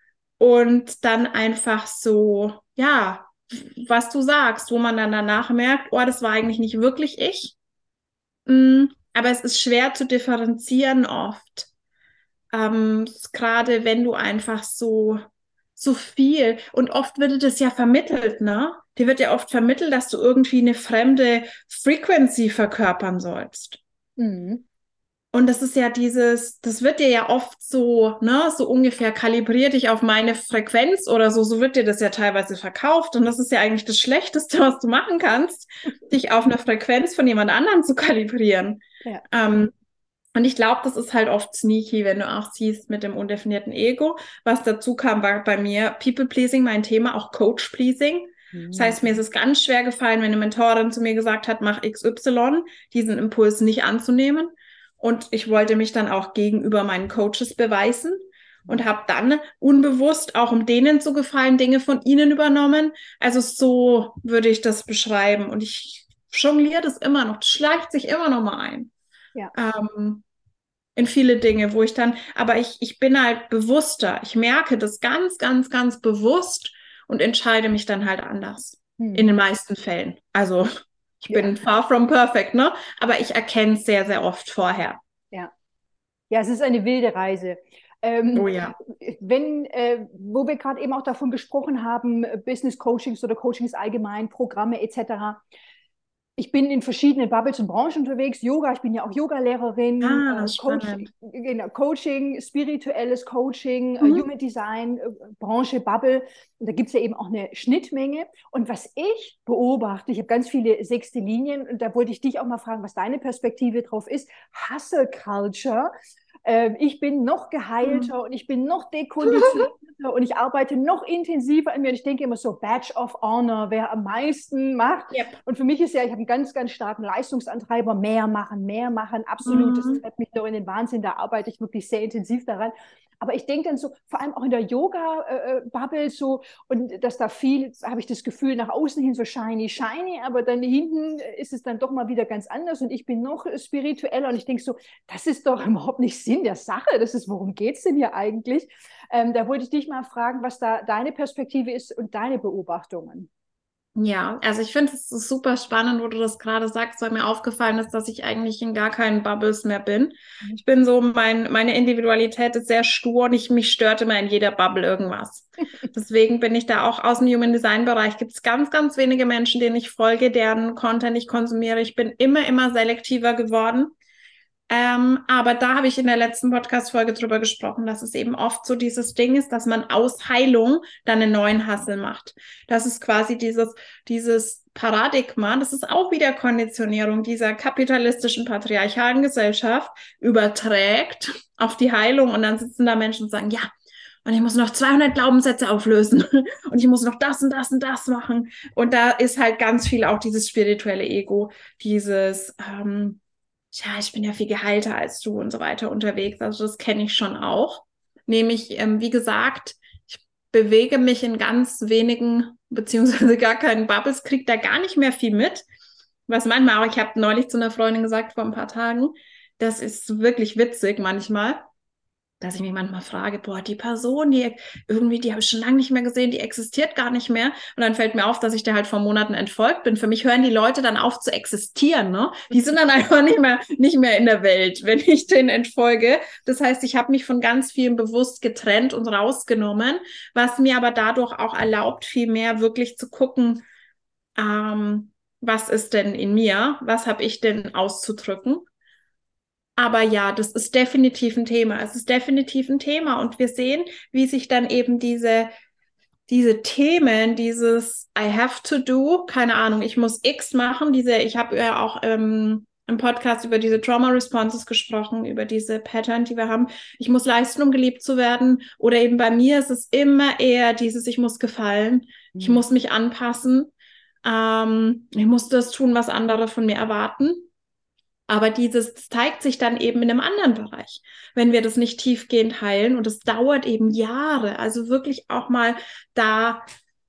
[SPEAKER 2] und dann einfach so, ja, was du sagst, wo man dann danach merkt, oh, das war eigentlich nicht wirklich ich. Mm, aber es ist schwer zu differenzieren oft. Ähm, gerade wenn du einfach so, so viel, und oft wird das ja vermittelt, ne? Dir wird ja oft vermittelt, dass du irgendwie eine fremde Frequency verkörpern sollst.
[SPEAKER 1] Mhm.
[SPEAKER 2] Und das ist ja dieses, das wird dir ja oft so, ne, so ungefähr kalibriert dich auf meine Frequenz oder so, so wird dir das ja teilweise verkauft. Und das ist ja eigentlich das Schlechteste, was du machen kannst, dich auf eine Frequenz von jemand anderem zu kalibrieren.
[SPEAKER 1] Ja.
[SPEAKER 2] Ähm, und ich glaube, das ist halt oft sneaky, wenn du auch siehst mit dem undefinierten Ego. Was dazu kam, war bei mir People-Pleasing mein Thema, auch Coach-Pleasing. Das heißt, mir ist
[SPEAKER 1] Mhm.
[SPEAKER 2] es ganz schwer gefallen, wenn eine Mentorin zu mir gesagt hat, mach X Y, diesen Impuls nicht anzunehmen. Und ich wollte mich dann auch gegenüber meinen Coaches beweisen und habe dann unbewusst, auch um denen zu gefallen, Dinge von ihnen übernommen. Also so würde ich das beschreiben. Und ich jongliere das immer noch, das schleicht sich immer noch mal ein.
[SPEAKER 1] Ja.
[SPEAKER 2] Ähm, in viele Dinge, wo ich dann, aber ich, ich bin halt bewusster. Ich merke das ganz, ganz, ganz bewusst und entscheide mich dann halt anders. In
[SPEAKER 1] Mhm.
[SPEAKER 2] den meisten Fällen. Also ich
[SPEAKER 1] Ja.
[SPEAKER 2] bin far from perfect, ne? Aber ich erkenne es sehr, sehr oft vorher.
[SPEAKER 1] Ja. Ja, es ist eine wilde Reise.
[SPEAKER 2] Oh
[SPEAKER 1] Ähm,
[SPEAKER 2] ja.
[SPEAKER 1] wenn, äh, wo wir gerade eben auch davon gesprochen haben, Business Coachings oder Coachings allgemein, Programme et cetera. Ich bin in verschiedenen Bubbles und Branchen unterwegs. Yoga, ich bin ja auch Yoga-Lehrerin,
[SPEAKER 2] Ah,
[SPEAKER 1] äh, Coach,
[SPEAKER 2] spannend.
[SPEAKER 1] genau, Coaching, spirituelles Coaching, äh,
[SPEAKER 2] Mhm.
[SPEAKER 1] Human Design, äh, Branche, Bubble. Und da gibt es ja eben auch eine Schnittmenge. Und was ich beobachte, ich habe ganz viele sechste Linien und da wollte ich dich auch mal fragen, was deine Perspektive drauf ist. Hustle Culture äh, ich bin noch geheilter
[SPEAKER 2] Mhm.
[SPEAKER 1] und ich bin noch dekonditionierter und ich arbeite noch intensiver an mir. Und ich denke immer so, Badge of Honor, wer am meisten macht.
[SPEAKER 2] Yep.
[SPEAKER 1] Und für mich ist ja, ich habe einen ganz, ganz starken Leistungsantreiber, mehr machen, mehr machen, absolut. Das
[SPEAKER 2] Mhm.
[SPEAKER 1] treibt mich doch in den Wahnsinn, da arbeite ich wirklich sehr intensiv daran. Aber ich denke dann so, vor allem auch in der Yoga-Bubble so, und dass da viel, habe ich das Gefühl, nach außen hin so shiny, shiny, aber dann hinten ist es dann doch mal wieder ganz anders und ich bin noch spiritueller und ich denke so, das ist doch überhaupt nicht Sinn der Sache. Das ist, worum geht es denn hier eigentlich? Ähm, da wollte ich dich mal fragen, was da deine Perspektive ist und deine Beobachtungen.
[SPEAKER 2] Ja, also ich finde es ist super spannend, wo du das gerade sagst, weil mir aufgefallen ist, dass ich eigentlich in gar keinen Bubbles mehr bin. Ich bin so, mein, meine Individualität ist sehr stur und ich, mich stört immer in jeder Bubble irgendwas. Deswegen bin ich da auch aus dem Human Design Bereich. Gibt es ganz, ganz wenige Menschen, denen ich folge, deren Content ich konsumiere. Ich bin immer, immer selektiver geworden. Ähm, aber da habe ich in der letzten Podcast-Folge drüber gesprochen, dass es eben oft so dieses Ding ist, dass man aus Heilung dann einen neuen Hustle macht. Das ist quasi dieses, dieses Paradigma, das ist auch wieder Konditionierung dieser kapitalistischen, patriarchalen Gesellschaft, überträgt auf die Heilung und dann sitzen da Menschen und sagen, ja, und ich muss noch zweihundert Glaubenssätze auflösen und ich muss noch das und das und das machen. Und da ist halt ganz viel auch dieses spirituelle Ego, dieses, ähm, ja, ich bin ja viel geheilter als du und so weiter unterwegs. Also das kenne ich schon auch. Nämlich, ähm, wie gesagt, ich bewege mich in ganz wenigen, beziehungsweise gar keinen Bubbles, kriege da gar nicht mehr viel mit. Was manchmal auch, ich habe neulich zu einer Freundin gesagt vor ein paar Tagen, das ist wirklich witzig manchmal, dass ich mich manchmal frage, boah, die Person, die irgendwie, die habe ich schon lange nicht mehr gesehen, die existiert gar nicht mehr. Und dann fällt mir auf, dass ich da halt vor Monaten entfolgt bin. Für mich hören die Leute dann auf zu existieren, ne? Die sind dann einfach nicht mehr, nicht mehr in der Welt, wenn ich denen entfolge. Das heißt, ich habe mich von ganz vielen bewusst getrennt und rausgenommen, was mir aber dadurch auch erlaubt, viel mehr wirklich zu gucken, ähm, was ist denn in mir? Was habe ich denn auszudrücken? Aber ja, das ist definitiv ein Thema. Es ist definitiv ein Thema. Und wir sehen, wie sich dann eben diese, diese Themen, dieses I have to do, keine Ahnung, ich muss X machen, diese, ich habe ja auch ähm, im Podcast über diese Trauma Responses gesprochen, über diese Pattern, die wir haben. Ich muss leisten, um geliebt zu werden. Oder eben bei mir ist es immer eher dieses, ich muss gefallen, ich
[SPEAKER 1] Mhm.
[SPEAKER 2] muss mich anpassen, ähm, ich muss das tun, was andere von mir erwarten. Aber dieses zeigt sich dann eben in einem anderen Bereich, wenn wir das nicht tiefgehend heilen. Und es dauert eben Jahre. Also wirklich auch mal da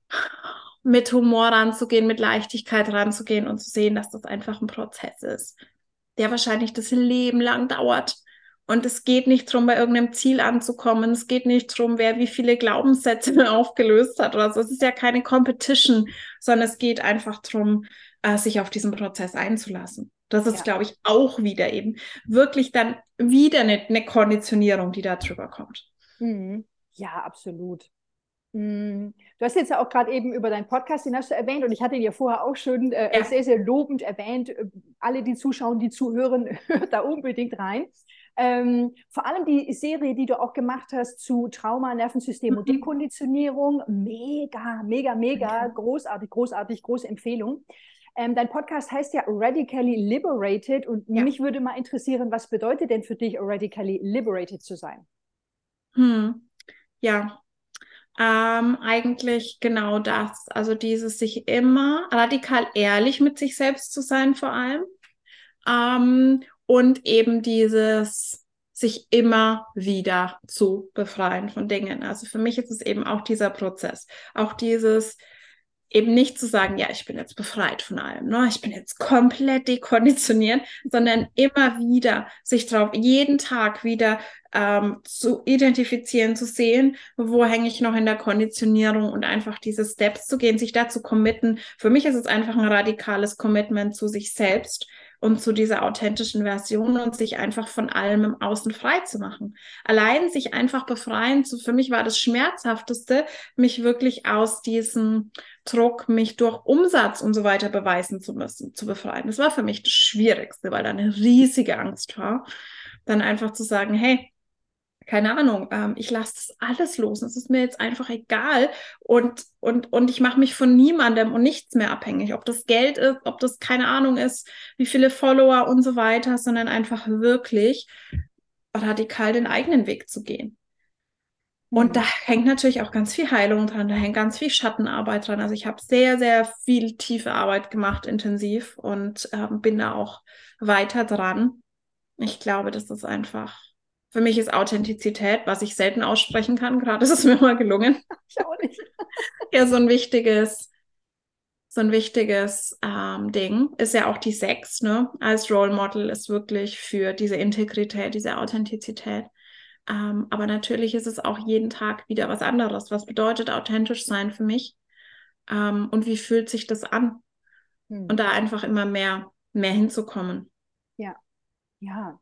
[SPEAKER 2] mit Humor ranzugehen, mit Leichtigkeit ranzugehen und zu sehen, dass das einfach ein Prozess ist, der wahrscheinlich das Leben lang dauert. Und es geht nicht darum, bei irgendeinem Ziel anzukommen. Es geht nicht darum, wer wie viele Glaubenssätze aufgelöst hat oder so. Es ist ja keine Competition, sondern es geht einfach darum, äh, sich auf diesen Prozess einzulassen. Das ist,
[SPEAKER 1] Ja.
[SPEAKER 2] glaube ich, auch wieder eben wirklich dann wieder eine, eine Konditionierung, die da drüber kommt.
[SPEAKER 1] Mhm. Ja, absolut. Mm, Du hast jetzt ja auch gerade eben über deinen Podcast, den hast du erwähnt, und ich hatte ihn ja vorher auch schon äh,
[SPEAKER 2] Ja.
[SPEAKER 1] sehr, sehr lobend erwähnt. Äh, Alle, die zuschauen, die zuhören, hört da unbedingt rein. Ähm, vor allem die Serie, die du auch gemacht hast zu Trauma, Nervensystem und
[SPEAKER 2] Mhm.
[SPEAKER 1] Dekonditionierung, mega, mega, mega,
[SPEAKER 2] Danke.
[SPEAKER 1] großartig, großartig, große Empfehlung. Ähm, dein Podcast heißt ja Radically Liberated und
[SPEAKER 2] Ja.
[SPEAKER 1] mich würde mal interessieren, was bedeutet denn für dich, radically liberated zu sein?
[SPEAKER 2] Hm. Ja. Ähm, eigentlich genau das. Also dieses sich immer radikal ehrlich mit sich selbst zu sein, vor allem. Ähm, und eben dieses sich immer wieder zu befreien von Dingen. Also für mich ist es eben auch dieser Prozess. Auch dieses eben nicht zu sagen, ja, ich bin jetzt befreit von allem, ne? Ich bin jetzt komplett dekonditioniert, sondern immer wieder sich drauf, jeden Tag wieder ähm, zu identifizieren, zu sehen, wo hänge ich noch in der Konditionierung und einfach diese Steps zu gehen, sich da zu committen. Für mich ist es einfach ein radikales Commitment zu sich selbst und zu dieser authentischen Version und sich einfach von allem im Außen frei zu machen. Allein sich einfach befreien, zu, für mich war das Schmerzhafteste, mich wirklich aus diesem Druck, mich durch Umsatz und so weiter beweisen zu müssen, zu befreien. Das war für mich das Schwierigste, weil da eine riesige Angst war, dann einfach zu sagen, hey, keine Ahnung, ähm, ich lasse das alles los. Es ist mir jetzt einfach egal und, und, und ich mache mich von niemandem und nichts mehr abhängig. Ob das Geld ist, ob das keine Ahnung ist, wie viele Follower und so weiter, sondern einfach wirklich radikal den eigenen Weg zu gehen.
[SPEAKER 1] Mhm.
[SPEAKER 2] Und da hängt natürlich auch ganz viel Heilung dran, da hängt ganz viel Schattenarbeit dran. Also ich habe sehr, sehr viel tiefe Arbeit gemacht, intensiv, und ähm, bin da auch weiter dran. Ich glaube, das ist einfach, für mich ist Authentizität, was ich selten aussprechen kann, gerade ist es mir mal gelungen.
[SPEAKER 1] Ich auch nicht.
[SPEAKER 2] Ja, so ein wichtiges, so ein wichtiges ähm, Ding ist ja auch die Sechs, ne? Als Role Model ist wirklich für diese Integrität, diese Authentizität. Ähm, aber natürlich ist es auch jeden Tag wieder was anderes. Was bedeutet authentisch sein für mich? Ähm, und wie fühlt sich das an?
[SPEAKER 1] Mhm.
[SPEAKER 2] Und da einfach immer mehr, mehr hinzukommen.
[SPEAKER 1] Ja, ja.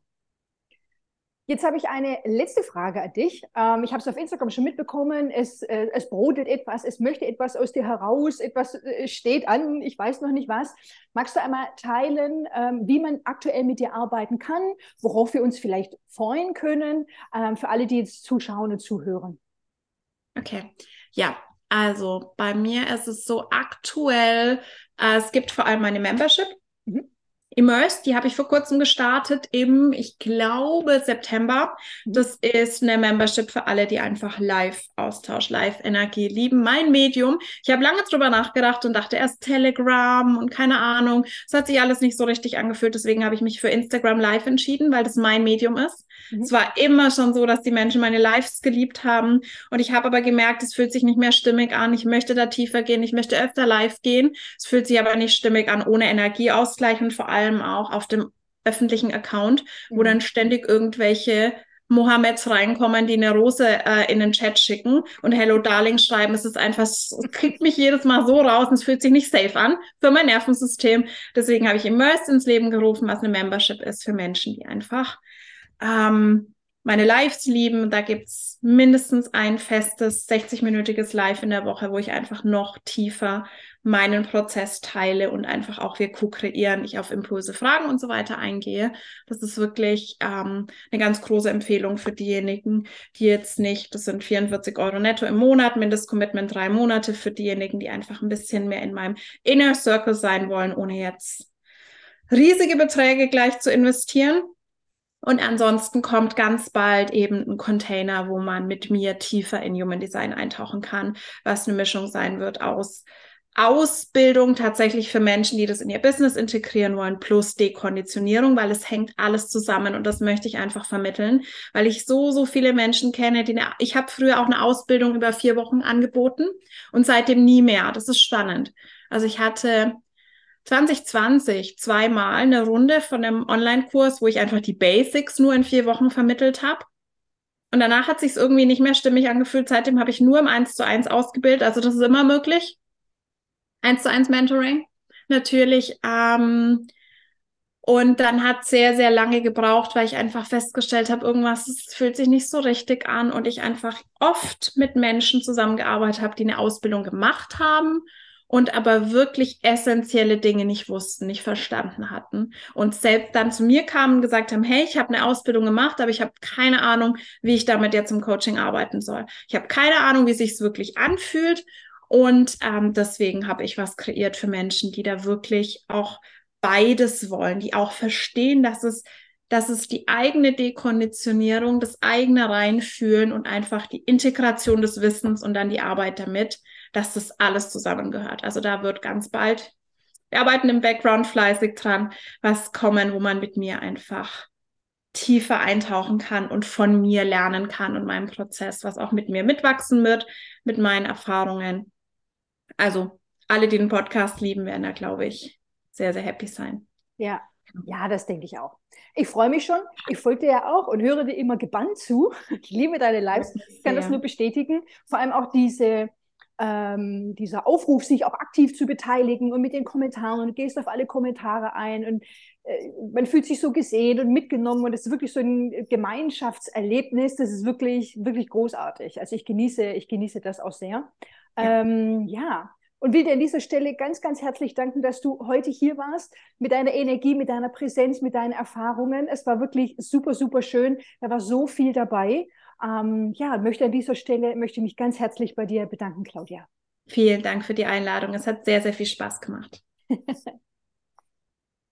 [SPEAKER 1] Jetzt habe ich eine letzte Frage an dich. Ähm, ich habe es auf Instagram schon mitbekommen. Es, äh, es brodelt etwas, es möchte etwas aus dir heraus, etwas äh, steht an, ich weiß noch nicht was. Magst du einmal teilen, ähm, wie man aktuell mit dir arbeiten kann, worauf wir uns vielleicht freuen können, ähm, für alle, die jetzt zuschauen und zuhören?
[SPEAKER 2] Okay, ja, also bei mir ist es so aktuell, äh, es gibt vor allem meine Membership.
[SPEAKER 1] Mhm.
[SPEAKER 2] Immersed, die habe ich vor kurzem gestartet im, ich glaube, September.
[SPEAKER 1] Mhm.
[SPEAKER 2] Das ist eine Membership für alle, die einfach Live-Austausch, Live-Energie lieben. Mein Medium. Ich habe lange drüber nachgedacht und dachte erst Telegram und keine Ahnung. Es hat sich alles nicht so richtig angefühlt. Deswegen habe ich mich für Instagram Live entschieden, weil das mein Medium ist.
[SPEAKER 1] Mhm.
[SPEAKER 2] Es war immer schon so, dass die Menschen meine Lives geliebt haben. Und ich habe aber gemerkt, es fühlt sich nicht mehr stimmig an. Ich möchte da tiefer gehen. Ich möchte öfter live gehen. Es fühlt sich aber nicht stimmig an, ohne Energieausgleich und vor allem auch auf dem öffentlichen Account, wo
[SPEAKER 1] Mhm.
[SPEAKER 2] dann ständig irgendwelche Mohammeds reinkommen, die eine Rose äh, in den Chat schicken und Hello Darling schreiben. Es ist einfach, es kriegt mich jedes Mal so raus und es fühlt sich nicht safe an für mein Nervensystem. Deswegen habe ich Immersed ins Leben gerufen, was eine Membership ist für Menschen, die einfach ähm, meine Lives lieben. Da gibt's mindestens ein festes sechzig-minütiges Live in der Woche, wo ich einfach noch tiefer meinen Prozess teile und einfach auch wir co-kreieren, ich auf Impulse, Fragen und so weiter eingehe. Das ist wirklich ähm, eine ganz große Empfehlung für diejenigen, die jetzt nicht, das sind vierundvierzig Euro netto im Monat, Mindestcommitment drei Monate für diejenigen, die einfach ein bisschen mehr in meinem Inner Circle sein wollen, ohne jetzt riesige Beträge gleich zu investieren. Und ansonsten kommt ganz bald eben ein Container, wo man mit mir tiefer in Human Design eintauchen kann, was eine Mischung sein wird aus Ausbildung tatsächlich für Menschen, die das in ihr Business integrieren wollen, plus Dekonditionierung, weil es hängt alles zusammen und das möchte ich einfach vermitteln, weil ich so, so viele Menschen kenne, die eine, ich habe früher auch eine Ausbildung über vier Wochen angeboten und seitdem nie mehr. Das ist spannend. Also ich hatte zwanzig zwanzig zweimal eine Runde von einem Online-Kurs, wo ich einfach die Basics nur in vier Wochen vermittelt habe. Und danach hat sich es irgendwie nicht mehr stimmig angefühlt. Seitdem habe ich nur im eins zu eins ausgebildet. Also das ist immer möglich. eins zu eins Mentoring. Natürlich. Ähm, und dann hat sehr, sehr lange gebraucht, weil ich einfach festgestellt habe, irgendwas es fühlt sich nicht so richtig an und ich einfach oft mit Menschen zusammengearbeitet habe, die eine Ausbildung gemacht haben und aber wirklich essentielle Dinge nicht wussten, nicht verstanden hatten und selbst dann zu mir kamen und gesagt haben, hey, ich habe eine Ausbildung gemacht, aber ich habe keine Ahnung, wie ich damit jetzt im Coaching arbeiten soll. Ich habe keine Ahnung, wie sich es wirklich anfühlt und ähm, deswegen habe ich was kreiert für Menschen, die da wirklich auch beides wollen, die auch verstehen, dass es, dass es die eigene Dekonditionierung, das eigene Reinfühlen und einfach die Integration des Wissens und dann die Arbeit damit, dass das alles zusammengehört. Also da wird ganz bald, wir arbeiten im Background fleißig dran, was kommen, wo man mit mir einfach tiefer eintauchen kann und von mir lernen kann und meinem Prozess, was auch mit mir mitwachsen wird, mit meinen Erfahrungen. Also alle, die den Podcast lieben, werden da, glaube ich, sehr, sehr happy sein.
[SPEAKER 1] Ja, ja, das denke ich auch. Ich freue mich schon. Ich folge dir ja auch und höre dir immer gebannt zu. Ich liebe deine Lives. Ich kann das nur bestätigen. Vor allem auch diese, ähm, dieser Aufruf, sich auch aktiv zu beteiligen und mit den Kommentaren und du gehst auf alle Kommentare ein und äh, man fühlt sich so gesehen und mitgenommen und es ist wirklich so ein Gemeinschaftserlebnis. Das ist wirklich, wirklich großartig. Also ich genieße, ich genieße das auch sehr.
[SPEAKER 2] Ja.
[SPEAKER 1] Ähm, ja. Und will dir an dieser Stelle ganz, ganz herzlich danken, dass du heute hier warst, mit deiner Energie, mit deiner Präsenz, mit deinen Erfahrungen. Es war wirklich super, super schön. Da war so viel dabei. Ähm, ja, möchte an dieser Stelle, möchte mich ganz herzlich bei dir bedanken, Claudia.
[SPEAKER 2] Vielen Dank für die Einladung. Es hat sehr, sehr viel Spaß gemacht.